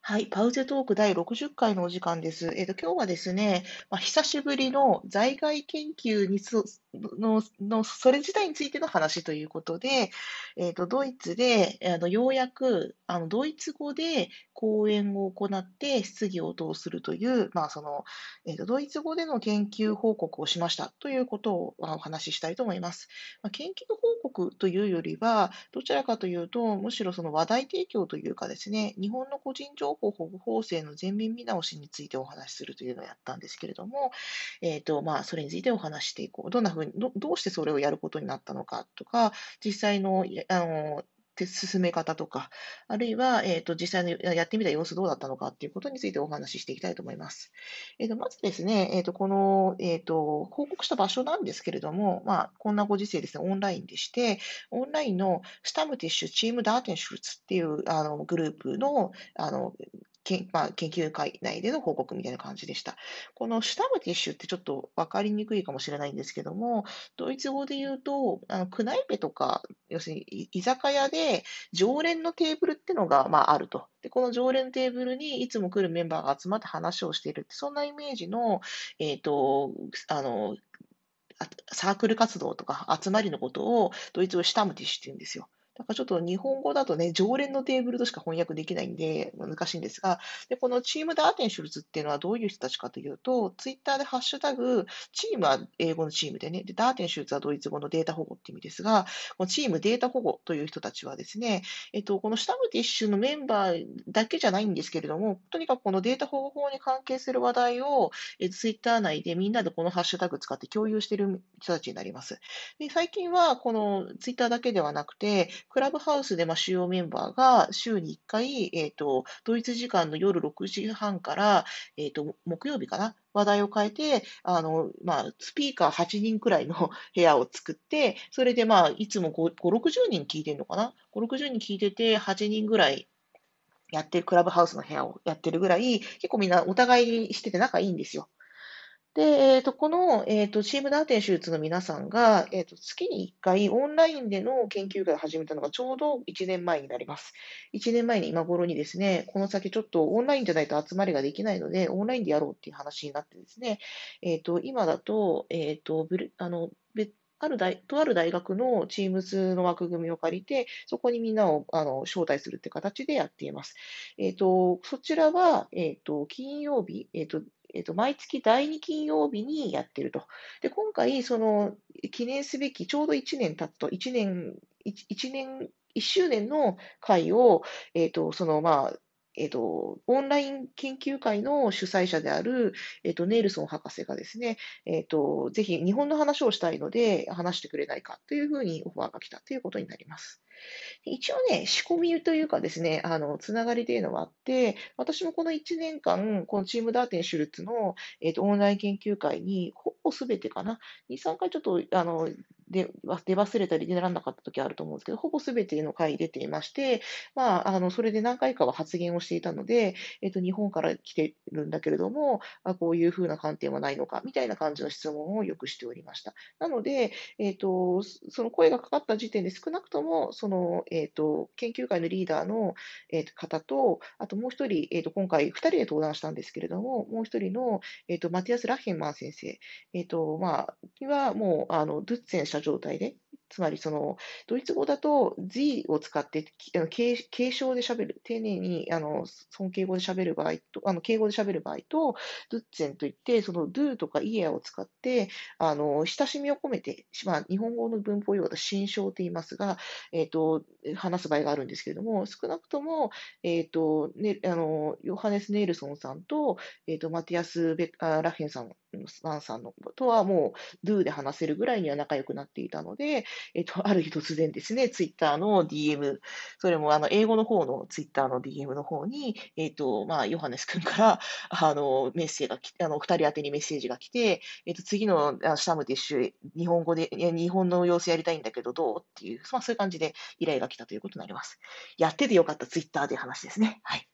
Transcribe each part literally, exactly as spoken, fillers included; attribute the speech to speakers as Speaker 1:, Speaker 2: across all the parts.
Speaker 1: はい、パウゼトークだいろくじゅっかいのお時間です。えっと、今日はですね、まあ、久しぶりの在外研究にその、の、それ自体についての話ということで、えっと、ドイツで、あの、ようやく、あの、ドイツ語で講演を行って質疑応答するという、まあ、その、えっと、ドイツ語での研究報告をしましたということを、まあお話ししたいと思います。まあ、研究報告というよりは、どちらかというと、むしろその話題提供というかですね、日本の個人情報保護法制の全面見直しについてお話しするというのをやったんですけれども、えっと、まあ、それについてお話ししていこう。どんなふうに、ど、どうしてそれをやることになったのかとか、実際の、いあの、手進め方とか、あるいは、えっと、実際のややってみた様子どうだったのかっていうことについてお話ししていきたいと思います。えっと、まずですね、えっと、この、えっと、報告した場所なんですけれども、まあ、こんなご時世ですね、オンラインでして、オンラインのスタムティッシュチームダーテンシュルツっていうあのグループのあのけんまあ、研究会内での報告みたいな感じでした。このシュタムティッシュってちょっと分かりにくいかもしれないんですけども、ドイツ語で言うと、あのクナイペとか、要するにい居酒屋で常連のテーブルっていうのが、まあ、あると。で、この常連のテーブルにいつも来るメンバーが集まって話をしているって、そんなイメージの、えっと、あの、あサークル活動とか集まりのことをドイツ語シュタムティッシュって言うんですよ。だからちょっと日本語だとね、常連のテーブルとしか翻訳できないんで難しいんですが、で、このチームダーテンシュルツっていうのはどういう人たちかというと、ツイッターでハッシュタグ、チームは英語のチームでね、で、ダーテンシュルツはドイツ語のデータ保護って意味ですが、このチームデータ保護という人たちはですね、えっと、このシュタムティッシュのメンバーだけじゃないんですけれども、とにかくこのデータ保護法に関係する話題をえツイッター内でみんなでこのハッシュタグ使って共有している人たちになります。で、最近はこのツイッターだけではなくて、クラブハウスでまあ主要メンバーが週にいっかい、えっと、ドイツ時間の夜ろくじはんから、えっと、木曜日かな、話題を変えて、あの、まあ、スピーカーはちにんくらいの部屋を作って、それでまあ、いつもご、ご、ろくじゅうにん聞いてるのかな？ ご、ろくじゅうにん聞いてて、はちにんぐらいやってる、クラブハウスの部屋をやってるぐらい、結構みんなお互いしてて仲いいんですよ。で、えっと、この、えっと、チームダーテン手術の皆さんが、えっと、月にいっかいオンラインでの研究会を始めたのがちょうどいちねんまえになります。いちねんまえに今頃にですね、この先ちょっとオンラインじゃないと集まりができないので、オンラインでやろうっていう話になってですね、えっと、今だと、えっと、ブルあの、別ある大、とある大学の Teams の枠組みを借りて、そこにみんなをあの招待するって形でやっています。えっと、そちらは、えっと、金曜日、えっと、えっと、毎月だいに金曜日にやってると。で、今回、その、記念すべき、ちょうどいちねん経つと、いちねん、一一年、いっしゅうねんの会を、えっと、その、まあ、えっと、オンライン研究会の主催者である、えっと、ネイルソン博士がですね、えっと、ぜひ日本の話をしたいので話してくれないかというふうにオファーが来たということになります。一応ね、仕込みというかですね、あの、つながりというのはあって、私もこのいちねんかん、このチームダーテンシュルツの、えっと、オンライン研究会に、ほぼすべてかな、に、さんかいちょっと、あの、で、出忘れたり出られなかった時あると思うんですけど、ほぼすべての会に出ていまして、まあ、あの、それで何回かは発言をしていたので、えっと、日本から来てるんだけれども、あ、こういうふうな観点はないのか、みたいな感じの質問をよくしておりました。なので、えっと、その声がかかった時点で少なくとも、その、えっと、研究会のリーダーの、えっと、方と、あともう一人、えっと、今回二人で登壇したんですけれども、もう一人の、えっと、マティアス・ラッヘンマン先生、えっと、まあ、にはもう、あの、ドゥッツェンした状態で、つまり、その、ドイツ語だと Sie を使って、きあの敬敬称で喋る、丁寧に、あの、尊敬語で喋る場合と、あの、敬語で喋る場合と、ドゥッツェンといって、その do とか イエアを使って、あの、親しみを込めて、まあ、日本語の文法用語で心象と言いますが、えっと、話す場合があるんですけれども、少なくとも、えっと、ね、あの、ヨハネス・ネイルソンさんと、えっと、マティアス・ベあラッヘンさん、マンさんのとはもう、ドゥで話せるぐらいには仲良くなっていたので、えっと、ある日突然ですね、ツイッターの ディーエム、それもあの、英語の方のツイッターの ディーエム の方に、えっと、まあ、ヨハネス君から、あの、メッセージが来て、あの、二人宛てにメッセージが来て、えっと、次のあシャムディッシュ、日本語で、いや日本の様子やりたいんだけど、どうっていう、まあ、そういう感じで依頼が来たということになります。やっててよかった、ツイッターで話ですね。はい。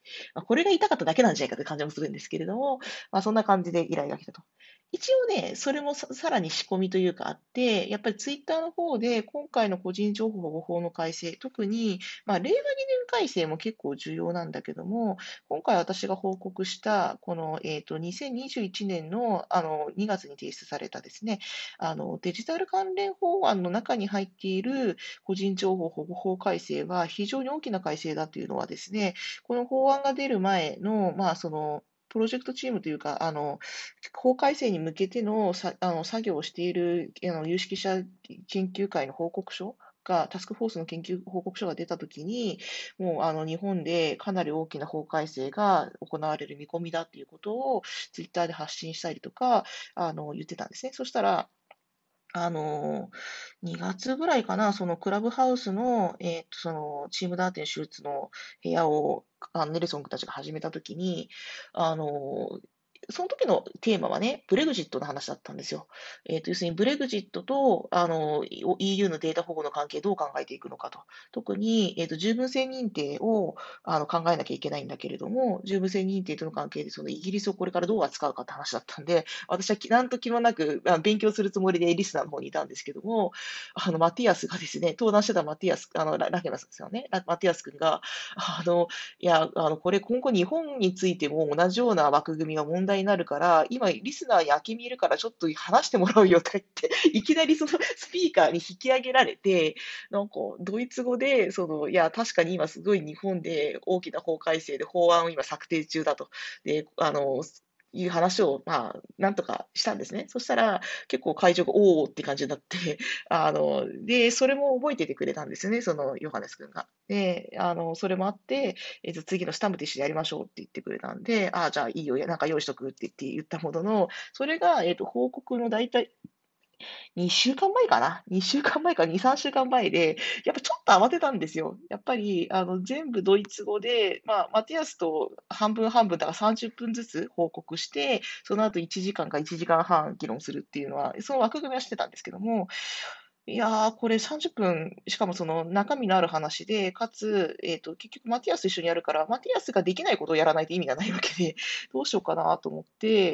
Speaker 1: まあ、これが痛かっただけなんじゃないかという感じもするんですけれども、まあ、そんな感じで依頼が来たと。一応ね、それもささらに仕込みというかあって、やっぱりツイッターの方で今回の個人情報保護法の改正、特に、まあ、令和にねん改正も結構重要なんだけども、今回私が報告した、この、えっと、にせんにじゅういちねんの、あの、にがつに提出されたですね、あの、デジタル関連法案の中に入っている個人情報保護法改正は非常に大きな改正だというのはですね、この法案が出る前の、まあ、その、プロジェクトチームというか、あの、法改正に向けてのさあの作業をしているあの有識者研究会の報告書が、タスクフォースの研究報告書が出たときに、もうあの日本でかなり大きな法改正が行われる見込みだということをツイッターで発信したりとか、あの言ってたんですね。そしたら、あの、にがつぐらいかな、そのクラブハウスの、えっと、その、チームダーテン手術の部屋を、あネルソン君たちが始めたときに、あの、その時のテーマはね、ブレグジットの話だったんですよ。えっと、要するにブレグジットと、あの、イーユー のデータ保護の関係どう考えていくのかと。特に、えっと、十分性認定を、あの、考えなきゃいけないんだけれども、十分性認定との関係で、そのイギリスをこれからどう扱うかって話だったんで、私はきなんと気もなく、あ勉強するつもりでリスナーの方にいたんですけども、あの、マティアスがですね、登壇してたマティアス、あの、ララケナスですよね、ラマティアス君が、あの、いや、あの、これ今後日本についても同じような枠組みが問題になるから、今リスナーに空き見いるからちょっと話してもらうよとか言って、いきなりそのスピーカーに引き上げられて、なんかドイツ語で、その、いや、確かに今すごい日本で大きな法改正で法案を今策定中だと。で、あの、いう話を、まあ、なんとかしたんですね。そしたら、結構会場が、おーって感じになって、あの、で、それも覚えててくれたんですよね、そのヨハネス君が。で、あの、それもあって、えっと、次のスタンプティッシュでやりましょうって言ってくれたんで、ああ、じゃあいいよ、なんか用意しとくって言って言ったものの、それが、えっと、報告の大体にしゅうかんまえかな ?に 週間前かに、さんしゅうかんまえで、やっぱちょっと慌てたんですよ。やっぱり、あの、全部ドイツ語で、まあ、マティアスと半分半分だからさんじゅっぷんずつ報告して、その後いちじかんかいちじかんはん議論するっていうのは、その枠組みはしてたんですけども、いやー、これさんじゅっぷん、しかもその中身のある話で、かつ、えっと、結局マティアスと一緒にやるから、マティアスができないことをやらないと意味がないわけで、どうしようかなと思って、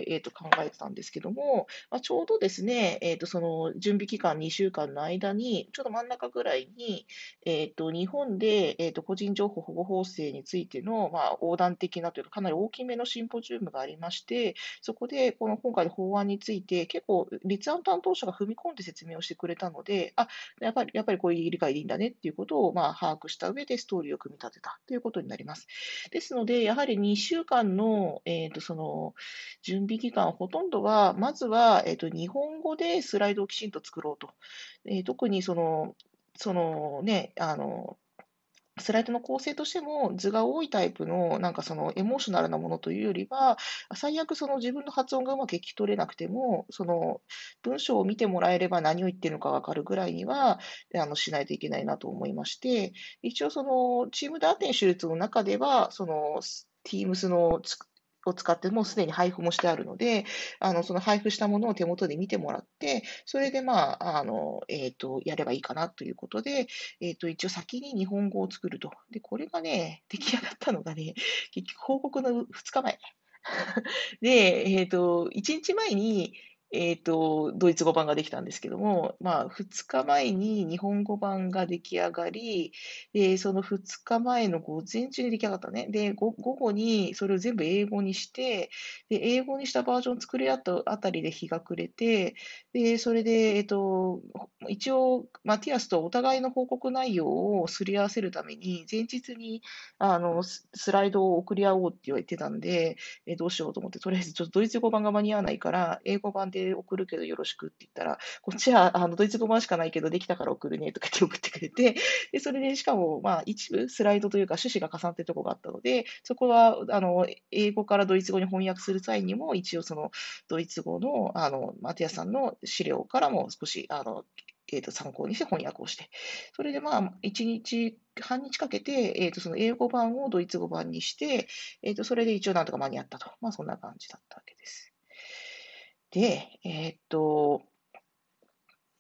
Speaker 1: えっと、考えてたんですけども、まあ、ちょうどですね、えっと、その準備期間にしゅうかんの間に、ちょうど真ん中ぐらいに、えっと、日本で、えっと、個人情報保護法制についての、まあ、横断的なというか、かなり大きめのシンポジウムがありまして、そこで、この今回の法案について、結構、立案担当者が踏み込んで説明をしてくれたので、あ、やっぱり、やっぱりこういう理解でいいんだねっていうことを、まあ、把握した上でストーリーを組み立てたということになります。ですので、やはりにしゅうかんの、えーと、その準備期間、ほとんどは、まずは、えーと、日本語でスライドをきちんと作ろうと。えー特にその、そのね、あの、スライドの構成としても図が多いタイプのなんかそのエモーショナルなものというよりは、最悪その自分の発音がうまく聞き取れなくても、その文章を見てもらえれば何を言ってるのかわかるぐらいにはあのしないといけないなと思いまして、一応そのチームダーテン手術の中では、その Teams のつを使ってもうすでに配布もしてあるので、あのその配布したものを手元で見てもらって、それでまあ、あの、えっと、やればいいかなということで、えっと、一応先に日本語を作ると。で、これがね、出来上がったのがね、結局報告のふつかまえ。で、えっと、いちにちまえに、えっと、ドイツ語版ができたんですけども、まあ、ふつかまえに日本語版が出来上がり、で、そのふつかまえの午前中に出来上がったね。で、ご午後にそれを全部英語にして、で、英語にしたバージョンを作り合ったあたりで日が暮れて、で、それで、えっと、一応、マティアスとお互いの報告内容をすり合わせるために、前日にあのススライドを送り合おうって言われてたんで、え、どうしようと思って、とりあえずちょっとドイツ語版が間に合わないから、英語版で送るけどよろしくって言ったら、こっちはあのドイツ語版しかないけどできたから送るねとか言って送ってくれて、で、それでしかも、まあ、一部スライドというか趣旨が重なってるところがあったので、そこはあの英語からドイツ語に翻訳する際にも、一応そのドイツ語のあのマティアさんの資料からも少しあのえーと参考にして翻訳をして、それでまあ、いちにち、半日かけて、えーとその英語版をドイツ語版にして、えーとそれで一応なんとか間に合ったと。まあ、そんな感じだったわけです。で、えーっと、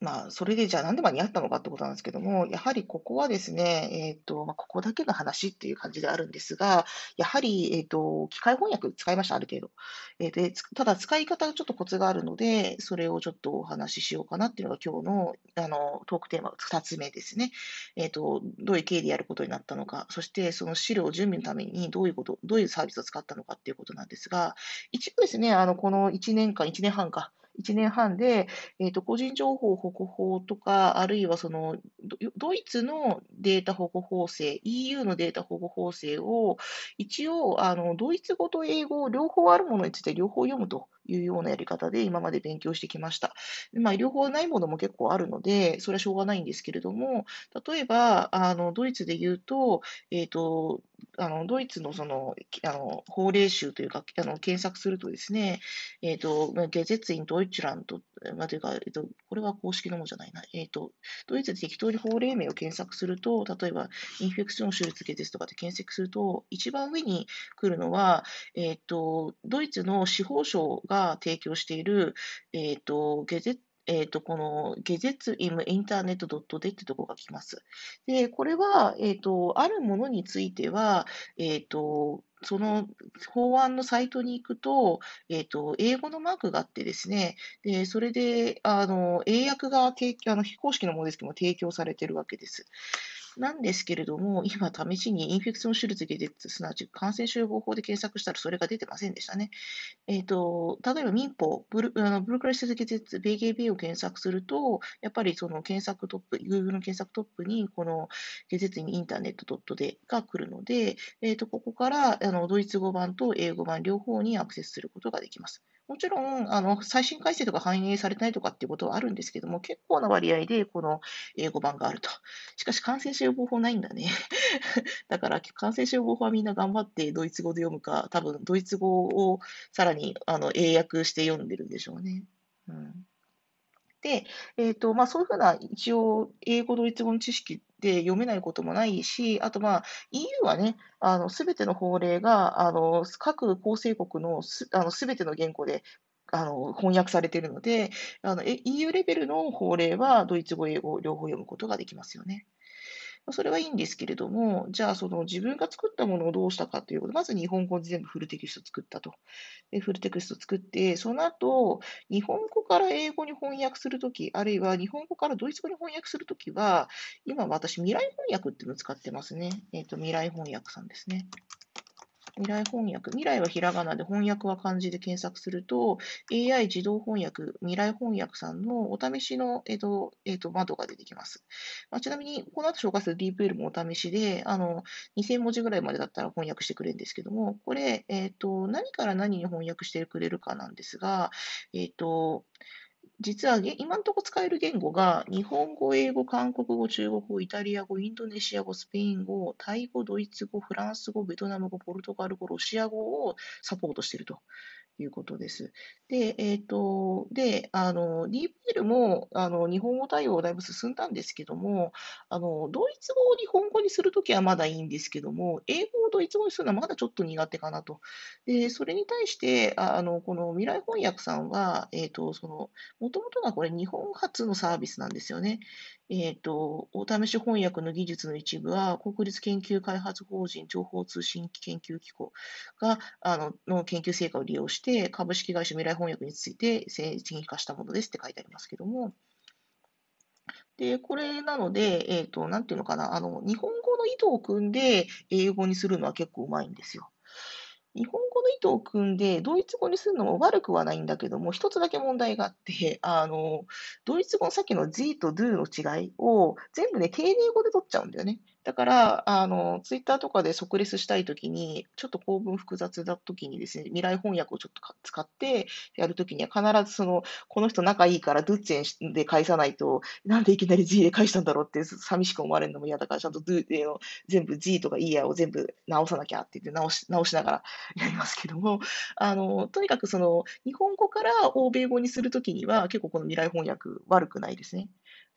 Speaker 1: まあ、それでじゃあなんで間に合ったのかってことなんですけども、やはりここはですね、えっと、まあ、ここだけの話っていう感じであるんですが、やはり、えっと、機械翻訳使いました、ある程度。えーで、つただ使い方がちょっとコツがあるので、それをちょっとお話ししようかなっていうのが今日の、あの、トークテーマふたつめですね。えっと、どういう経緯でやることになったのか、そしてその資料準備のためにどういうこと、どういうサービスを使ったのかっていうことなんですが、一部ですね、あの、このいちねんかん、いちねんはんか、いちねんはんで、えっと、個人情報保護法とか、あるいはその、ドドイツのデータ保護法制、イーユー のデータ保護法制を、一応、あの、ドイツ語と英語、両方あるものについて両方読むというようなやり方で今まで勉強してきました。まあ、両方ないものも結構あるので、それはしょうがないんですけれども、例えば、あの、ドイツで言うと、えっと、あの、ドイツのその、きあの、法令集というか、あの、検索するとですね、えっと、まあゲゼッツイン・ドイツランド、まあ、というか、えっと、これは公式のものじゃないな。えっと、ドイツで適当に法令名を検索すると、例えば、インフェクション種列ゲゼツとかで検索すると、一番上に来るのは、えっと、ドイツの司法省が提供している、えっと、ゲゼッえっと、この、ゲゼツイムインターネットドットでってところが来ます。で、これは、えっと、あるものについては、えっと、その法案のサイトに行くと、えっと、英語のマークがあってですね、で、それで、あの、英訳が提供、あの、非公式のものですけども提供されているわけです。なんですけれども、今試しにインフェクション種類で出て、すなわち感染症予防法で検索したらそれが出てませんでしたね。えっと、例えば民法、ブルあのブルクレステケツ ビーケービー を検索すると、やっぱりその検索トップ、Google の検索トップに、このゲゼツインインターネットドットでが来るので、えっと、ここからあのドイツ語版と英語版両方にアクセスすることができます。もちろん、あの、最新改正とか反映されてないとかっていうことはあるんですけども、結構な割合でこの英語版があると。しかし感染症予防法ないんだね。だから感染症予防法はみんな頑張ってドイツ語で読むか、多分ドイツ語をさらにあの英訳して読んでるんでしょうね。うん、で、えっと、まあ、そういうふうな一応英語、ドイツ語の知識で読めないこともないし、あとまあ イーユー はね、あの、すべての法令が、あの、各構成国のす、あの、すべての言語であの翻訳されているので、あの、え イーユー レベルの法令はドイツ語、英語両方読むことができますよね。それはいいんですけれども、じゃあその自分が作ったものをどうしたかということ、まず日本語で全部フルテキスト作ったと。で、フルテキスト作って、その後、日本語から英語に翻訳するとき、あるいは日本語からドイツ語に翻訳するときは、今私、未来翻訳っていうのを使ってますね。えっと、未来翻訳さんですね。未来翻訳。未来はひらがなで翻訳は漢字で検索すると、エーアイ 自動翻訳、未来翻訳さんのお試しの、えっと、えっと、窓が出てきます。まあ、ちなみに、この後紹介する DeepL もお試しで、あの、にせん文字ぐらいまでだったら翻訳してくれるんですけども、これ、えっと、何から何に翻訳してくれるかなんですが、えっと、実はげ今のところ使える言語が、日本語、英語、韓国語、中国語、イタリア語、インドネシア語、スペイン語、タイ語、ドイツ語、フランス語、ベトナム語、ポルトガル語、ロシア語をサポートしているということです。で、えっと、で、あの、ディーピーエル も、あの、日本語対応だいぶ進んだんですけども、あの、ドイツ語を日本語にするときはまだいいんですけども、英語をドイツ語にするのはまだちょっと苦手かなと。で、それに対して、ああの、この未来翻訳さんは、えっと、その、もともとがこれ日本初のサービスなんですよね。えっと、お試し翻訳の技術の一部は、国立研究開発法人情報通信研究機構が、あの、の研究成果を利用して、株式会社未来翻訳について製品化したものですって書いてありますけども、で、これなので、えっと、なんていうのかな、あの、日本語の意図を組んで英語にするのは結構うまいんですよ。日本語の意図を組んで、ドイツ語にするのも悪くはないんだけども、一つだけ問題があって、あの、ドイツ語のさっきの Z と Do の違いを全部ね、丁寧語で取っちゃうんだよね。だから、あの、ツイッターとかで即レスしたいときに、ちょっと構文複雑だときにですね、未来翻訳をちょっとか使ってやるときには必ずその、この人仲いいからドゥッツェンで返さないと、なんでいきなり Z で返したんだろうって寂しく思われるのも嫌だから、ちゃんと Do での全部 Z とか イーアー を全部直さなきゃって言って直し、直しながらやりますけども、あの、とにかくその、日本語から欧米語にするときには、結構この未来翻訳悪くないですね。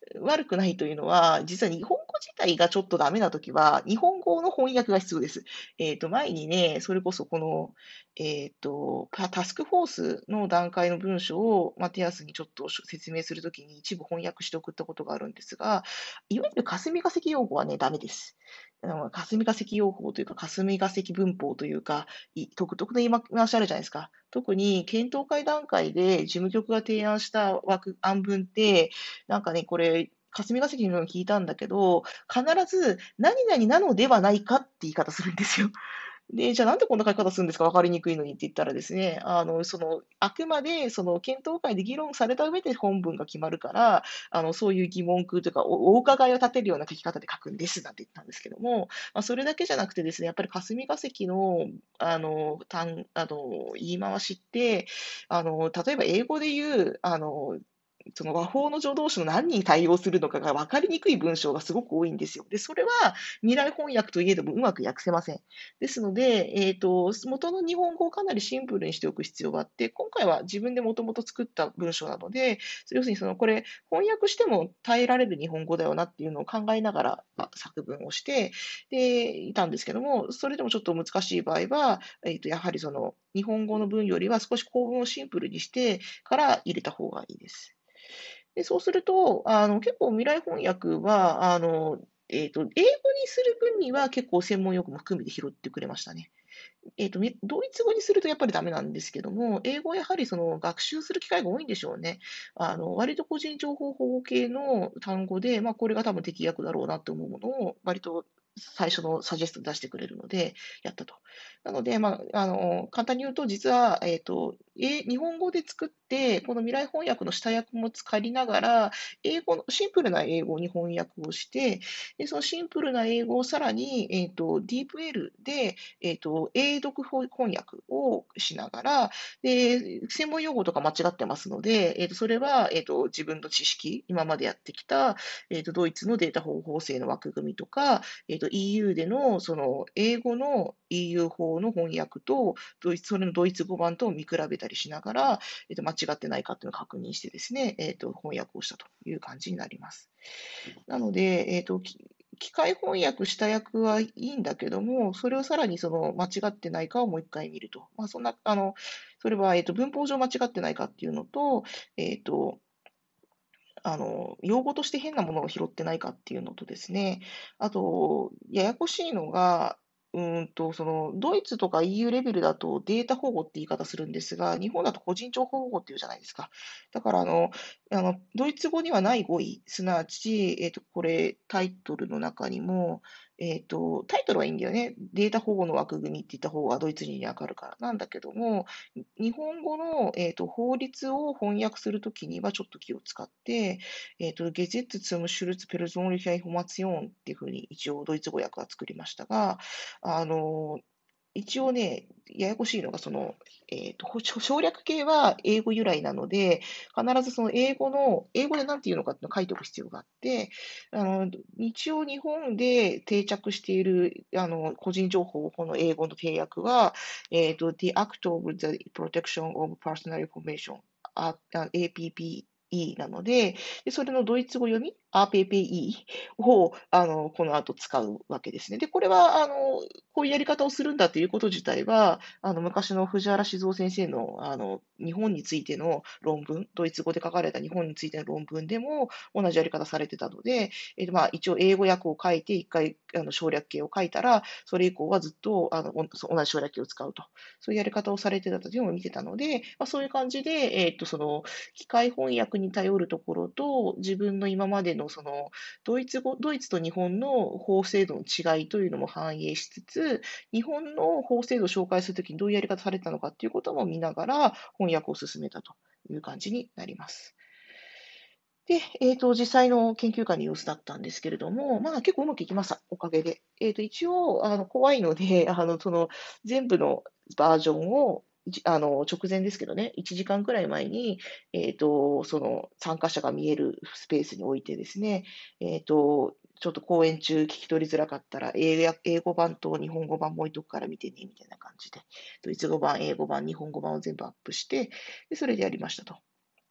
Speaker 1: 悪くないというのは、実は日本語自体がちょっとダメなときは、日本語の翻訳が必要です。えっと、前にね、それこそこの、えっと、パタスクフォースの段階の文章をマティアスにちょっと説明するときに一部翻訳して送ったことがあるんですが、いわゆる霞が関用語はね、ダメです。あの霞が関用法というか、霞が関文法というか、い独特の言い回しあるじゃないですか。特に検討会段階で事務局が提案した枠案文って、なんかね、これ、霞が関の聞いたんだけど、必ず、何々なのではないかって言い方するんですよ。で、じゃあなんでこんな書き方するんですか、分かりにくいのにって言ったらですね、あの、その、あくまで、その、検討会で議論された上で本文が決まるから、あの、そういう疑問句というか、おお伺いを立てるような書き方で書くんですなんて言ったんですけども、まあ、それだけじゃなくてですね、やっぱり霞が関の、あの、単あの、言い回しって、あの、例えば英語で言う、あの、その和法の助動詞の何に対応するのかが分かりにくい文章がすごく多いんですよ。で、それは未来翻訳といえどもうまく訳せません。ですので、えっと、元の日本語をかなりシンプルにしておく必要があって、今回は自分でもともと作った文章なので、要するにその、これ、翻訳しても耐えられる日本語だよなっていうのを考えながらまあ作文をして、で、いたんですけども、それでもちょっと難しい場合は、えっと、やはりその、日本語の文よりは少し構文をシンプルにしてから入れた方がいいです。で、そうすると、あの、結構未来翻訳は、あの、えっと、英語にする分には結構専門用語も含めて拾ってくれましたね。えっと、みドイツ語にするとやっぱりダメなんですけども、英語はやはりその学習する機会が多いんでしょうね。あの、割と個人情報保護系の単語で、まあ、これが多分適訳だろうなと思うものを、割と最初のサジェスト出してくれるので、やったと。なので、まあ、あの、簡単に言うと、実は、えっと、え日本語で作って、この未来翻訳の下訳も使いながら、英語の、シンプルな英語に翻訳をして、で、そのシンプルな英語をさらに、えっと、ディープ L で、えっと、英読翻訳をしながら、で、専門用語とか間違ってますので、えっと、それは、えっと、自分の知識、今までやってきた、えっと、ドイツのデータ保護法制の枠組みとか、えっと、イーユー での、その、英語の イーユー 法の翻訳と、ドイツ、それのドイツ語版と見比べたりしながら、えっと、間違ってないかっていうのを確認してですね、えっと、翻訳をしたという感じになります。なので、えっと、き機械翻訳した訳はいいんだけども、それをさらにその間違ってないかをもう一回見ると。まあ、そんな、あの、それは、えっと、文法上間違ってないかっていうのと、えっと、あの、用語として変なものを拾ってないかっていうのとですね、あと、ややこしいのが、うーんと、その、ドイツとか イーユー レベルだとデータ保護って言い方するんですが、日本だと個人情報保護っていうじゃないですか。だから、あの、あの、ドイツ語にはない語彙、すなわち、えっと、これ、タイトルの中にも、えっと、タイトルはいいんだよね。データ保護の枠組みって言った方がドイツ人にわかるからなんだけども、日本語の、えーと、法律を翻訳するときにはちょっと気を使って、えーと、Gesetz zum Schutz persönlicher Information っていうふうに一応ドイツ語訳は作りましたが、あの、一応ね、ややこしいのが、その、えっと、ほ省略形は英語由来なので、必ずその英語の、英語で何て言うのかっていうのを書いておく必要があって、あの、一応日本で定着している、あの、個人情報保護の英語の締約は、えっと、The Act of the Protection of Personal Information、あ、あ エーピーピーイー なので、で、それのドイツ語読み、アーペーペーイーを、あの、この後使うわけですね。で、これは、あの、こういうやり方をするんだということ自体は、あの、昔の藤原静雄先生の、あの、日本についての論文、ドイツ語で書かれた日本についての論文でも同じやり方されてたので、えっと、まあ、一応英語訳を書いて、一回、あの、省略形を書いたら、それ以降はずっと、あの、お同じ省略形を使うと。そういうやり方をされてたというのを見てたので、まあ、そういう感じで、えっと、その、機械翻訳に頼るところと、自分の今までのその、ドイツ語、ドイツと日本の法制度の違いというのも反映しつつ、日本の法制度を紹介するときにどういうやり方されたのかっていうことも見ながら翻訳を進めたという感じになります。で、えっと、実際の研究会の様子だったんですけれども、まあ結構うまくいきました、おかげで。えっと、一応、あの、怖いので、あの、その、全部のバージョンを、じあの、直前ですけどね、いちじかんくらい前に、えっと、その、参加者が見えるスペースに置いてですね、えっと、ちょっと講演中聞き取りづらかったら、英訳英語版と日本語版も置いとくから見てね、みたいな感じで、ドイツ語版、英語版、日本語版を全部アップして、で、それでやりましたと。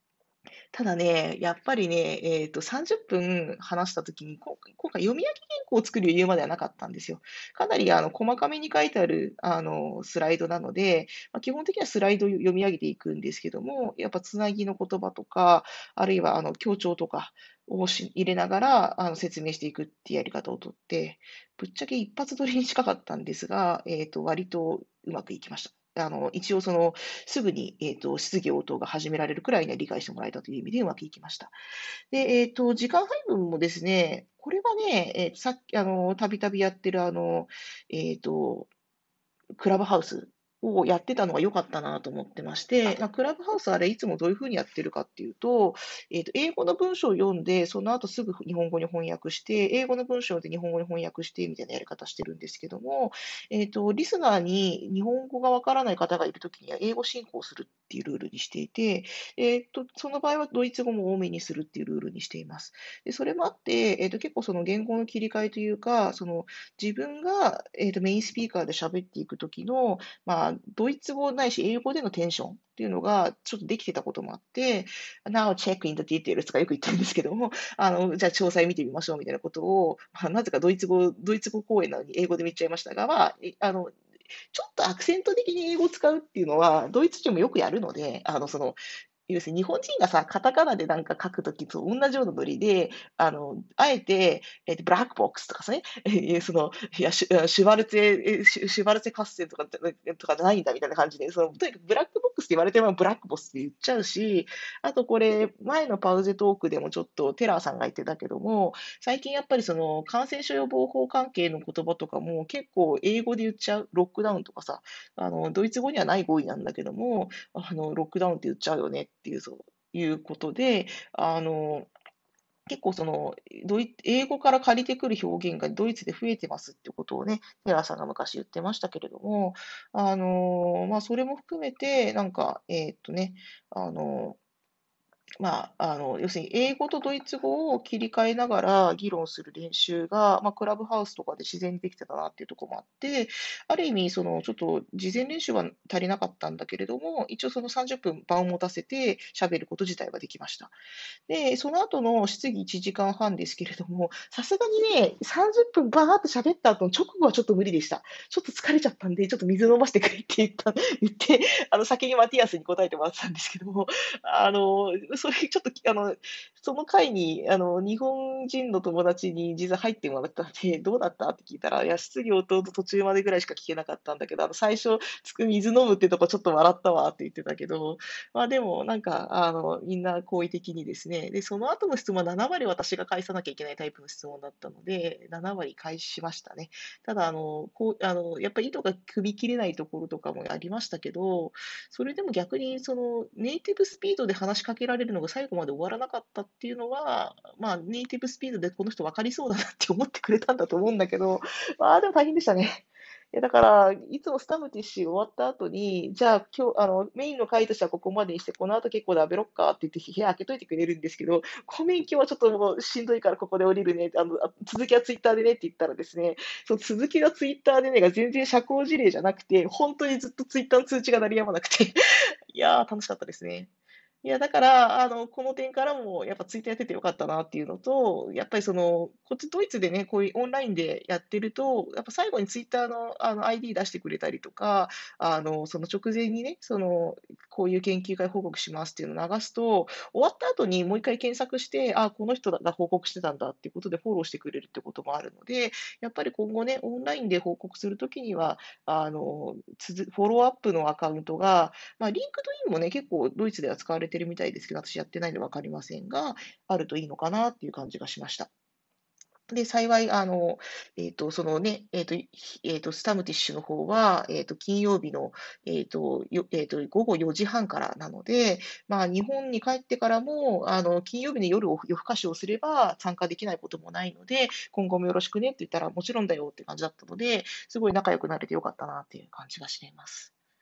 Speaker 1: ただね、やっぱりね、えっと、さんじゅっぷん話したときに、こ今回読み上げ原稿を作る余裕まではなかったんですよ。かなりあの細かめに書いてあるあのスライドなので、まあ、基本的にはスライドを読み上げていくんですけども、やっぱつなぎの言葉とか、あるいはあの強調とかをし入れながらあの説明していくっていうやり方をとって、ぶっちゃけ一発撮りに近かったんですが、えっと、割とうまくいきました。あの、一応その、すぐに、えっと、質疑応答が始められるくらいには理解してもらえたという意味でうまくいきました。で、えっと、時間配分もですね、これはね、えーさっき、あの、たびたびやってる、あの、えっと、クラブハウスをやってたのが良かったなと思ってまして、まあ、クラブハウスあれいつもどういうふうにやってるかっていうと、えっと、英語の文章を読んで、その後すぐ日本語に翻訳して、英語の文章で日本語に翻訳してみたいなやり方してるんですけども、えっと、リスナーに日本語がわからない方がいるときには英語進行するっていうルールにしていて、えっと、その場合はドイツ語も多めにするっていうルールにしています。で、それもあって、えっと、結構その言語の切り替えというか、その自分が、えーと、メインスピーカーで喋っていくときの、まあ、ドイツ語ないし英語でのテンションっていうのがちょっとできてたこともあって、Now check in the details とかよく言ってるんですけども、あの、じゃあ詳細見てみましょうみたいなことを、まあ、なぜかドイツ語、ドイツ語講演なのに英語で言っちゃいましたが、まあ、えあの、ちょっとアクセント的に英語を使うっていうのは、ドイツ人もよくやるので、あの、その、要するに日本人がさ、カタカナでなんか書くときと同じようなノリで、あの、あえて、えっと、ブラックボックスとかさね、えーその、いや、シュシュバルツェ、えシュシュバルツェ合戦とかとかじゃないんだみたいな感じで、その、とにかくブラックボックスって言われてもブラックボスって言っちゃうし、あとこれ、前のパウゼトークでもちょっとテラーさんが言ってたけども、最近やっぱりその感染症予防法関係の言葉とかも結構英語で言っちゃう、ロックダウンとかさ、あの、ドイツ語にはない語彙なんだけども、あの、ロックダウンって言っちゃうよねっていう、そういうことで、あの、結構その、ドイ英語から借りてくる表現がドイツで増えてますってことをね、テラーさんが昔言ってましたけれども、あの、まあ、それも含めて、なんか、えーっとね、あの、まあ、あの、要するに英語とドイツ語を切り替えながら議論する練習が、まあ、クラブハウスとかで自然にできてたなっていうところもあって、ある意味、その、ちょっと事前練習は足りなかったんだけれども、一応そのさんじゅっぷん場を持たせて喋ること自体はできました。で、その後の質疑いちじかんはんですけれども、さすがにね、さんじゅっぷんバーっと喋った後の直後はちょっと無理でした。ちょっと疲れちゃったんで、ちょっと水飲ませてくれって言った、言って、あの、先にマティアスに答えてもらってたんですけども、あの、それちょっと、あの、その回に、あの、日本人の友達に実は入ってもらったんで、どうだったって聞いたら、いや、質疑応答と途中までぐらいしか聞けなかったんだけど、あの、最初、つく水飲むってとこちょっと笑ったわって言ってたけど、まあでも、なんか、あの、みんな好意的にですね、で、その後の質問はなな割私が返さなきゃいけないタイプの質問だったので、なな割返しましたね。ただ、あの、こう、あの、やっぱり意図が組み切れないところとかもありましたけど、それでも逆に、その、ネイティブスピードで話しかけられるのが最後まで終わらなかったっていうのは、まあ、ネイティブスピードでこの人分かりそうだなって思ってくれたんだと思うんだけど、まあ、でも大変でしたね。いや、だから、いつもスタムティッシュ終わった後に、じゃあ今日、あの、メインの回としてはここまでにして、この後結構食べろっかって言って部屋開けといてくれるんですけど、ごめん、今日はちょっともうしんどいからここで降りるね、あの、あ続きはツイッターでねって言ったらですね、その続きがツイッターでねが全然社交辞令じゃなくて、本当にずっとツイッターの通知が鳴りやまなくて、いやー、楽しかったですね。いや、だから、あの、この点からも、やっぱツイッターやっててよかったなっていうのと、やっぱりその、こっちドイツでね、こういうオンラインでやってると、やっぱ最後にツイッターの、あの アイディー 出してくれたりとか、あの、その直前にね、その、こういう研究会報告しますっていうのを流すと、終わった後にもう一回検索して、あ、この人が報告してたんだっていうことでフォローしてくれるってこともあるので、やっぱり今後ね、オンラインで報告するときには、あの、つづフォローアップのアカウントが、まあ、リンクドインもね、結構ドイツでは使われてるみたいですけど、私やってないのでわかりませんが、あるといいのかなっていう感じがしました。で、幸い、あの、えっと、そのね、えっと、ひえっと、スタムティッシュの方は、えっと、金曜日の、えっと、よえっと、午後よじはんからなので、まあ、日本に帰ってからも、あの、金曜日の夜を夜更かしをすれば参加できないこともないので、今後もよろしくねって言ったら、もちろんだよって感じだったので、すごい仲良くなれてよかったなっていう感じがしています。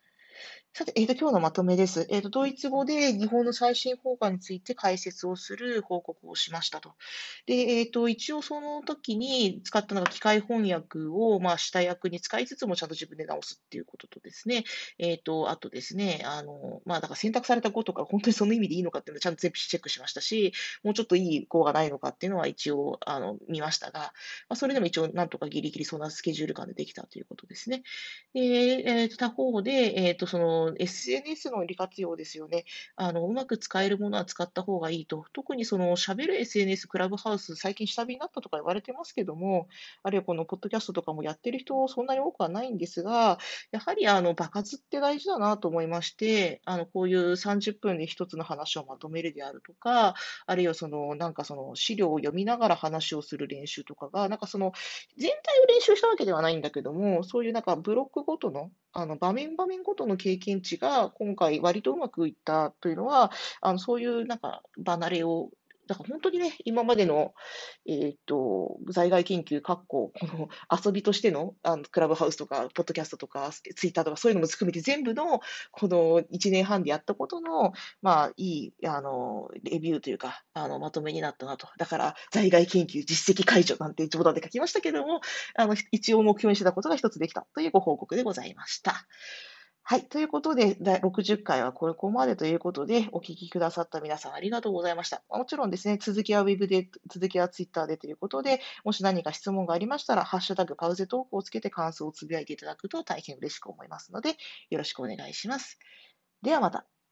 Speaker 1: さて、えっと、今日のまとめです。えっと、ドイツ語で日本の最新法案について解説をする報告をしましたと。で、えっと、一応その時に使ったのが機械翻訳を、まあ、下訳に使いつつもちゃんと自分で直すっていうこととですね、えっと、あとですね、あの、まあ、だから選択された語とか、本当にその意味でいいのかっていうのをちゃんと全部チェックしましたし、もうちょっといい語がないのかっていうのは一応、あの、見ましたが、まあ、それでも一応、なんとかギリギリそんなスケジュール感でできたということですね。で、えーと、他方で、えーと、その エスエヌエス の利活用ですよね。あの、うまく使えるものは使った方がいいと。特にその喋る エスエヌエス、クラブハウス、最近下火になったとか言われてますけども、あるいはこのポッドキャストとかもやってる人、そんなに多くはないんですが、やはりあの、場数って大事だなと思いまして、あの、こういうさんじゅっぷんで一つの話をまとめるであるとか、あるいはその、なんかその資料を読みながら話をする練習とかが、なんかその、全体を練習したわけではないんだけども、そういうなんかブロックごとの、あの場面場面ごとの経験値が今回割とうまくいったというのは、あのそういうなんか離れを、だから本当にね、今までの、えっと、在外研究、かっこ、この遊びとしての、あのクラブハウスとか、ポッドキャストとか、ツイッターとか、そういうのも含めて全部の、このいちねんはんでやったことの、まあ、いい、あの、レビューというか、あの、まとめになったなと。だから、在外研究実績解除なんて冗談で書きましたけども、あの、一応目標にしてたことが一つできたというご報告でございました。はい。ということで、だろくじゅっかいはここまでということで、お聞きくださった皆さんありがとうございました。もちろんですね、続きはウェブで、続きはツイッターでということで、もし何か質問がありましたら、ハッシュタグパウゼトークをつけて感想をつぶやいていただくと大変嬉しく思いますので、よろしくお願いします。ではまた。